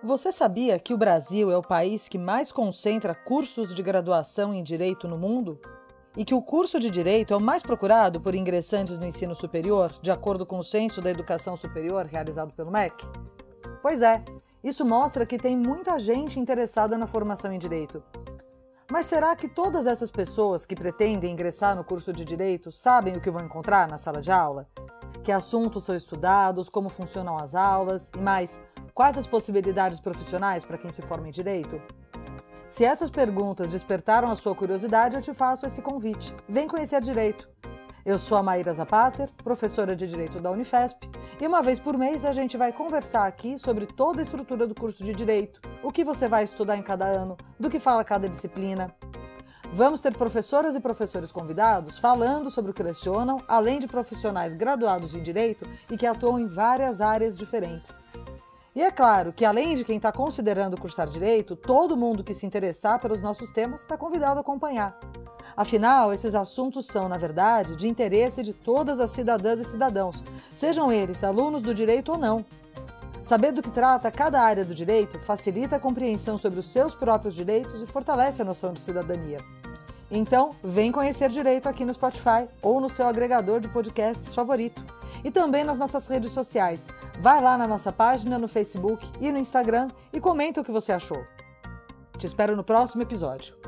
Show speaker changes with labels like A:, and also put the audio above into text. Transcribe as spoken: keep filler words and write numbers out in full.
A: Você sabia que o Brasil é o país que mais concentra cursos de graduação em Direito no mundo? E que o curso de Direito é o mais procurado por ingressantes no ensino superior, de acordo com o Censo da Educação Superior realizado pelo M E C? Pois é, isso mostra que tem muita gente interessada na formação em Direito. Mas será que todas essas pessoas que pretendem ingressar no curso de Direito sabem o que vão encontrar na sala de aula? Que assuntos são estudados, como funcionam as aulas e mais, quais as possibilidades profissionais para quem se forma em Direito? Se essas perguntas despertaram a sua curiosidade, eu te faço esse convite. Vem conhecer Direito. Eu sou a Maíra Zapater, professora de Direito da Unifesp, e uma vez por mês a gente vai conversar aqui sobre toda a estrutura do curso de Direito, o que você vai estudar em cada ano, do que fala cada disciplina. Vamos ter professoras e professores convidados falando sobre o que lecionam, além de profissionais graduados em Direito e que atuam em várias áreas diferentes. E é claro que, além de quem está considerando cursar Direito, todo mundo que se interessar pelos nossos temas está convidado a acompanhar. Afinal, esses assuntos são, na verdade, de interesse de todas as cidadãs e cidadãos, sejam eles alunos do Direito ou não. Saber do que trata cada área do Direito facilita a compreensão sobre os seus próprios direitos e fortalece a noção de cidadania. Então, vem conhecer Direito aqui no Spotify ou no seu agregador de podcasts favorito. E também nas nossas redes sociais. Vai lá na nossa página no Facebook e no Instagram e comenta o que você achou. Te espero no próximo episódio.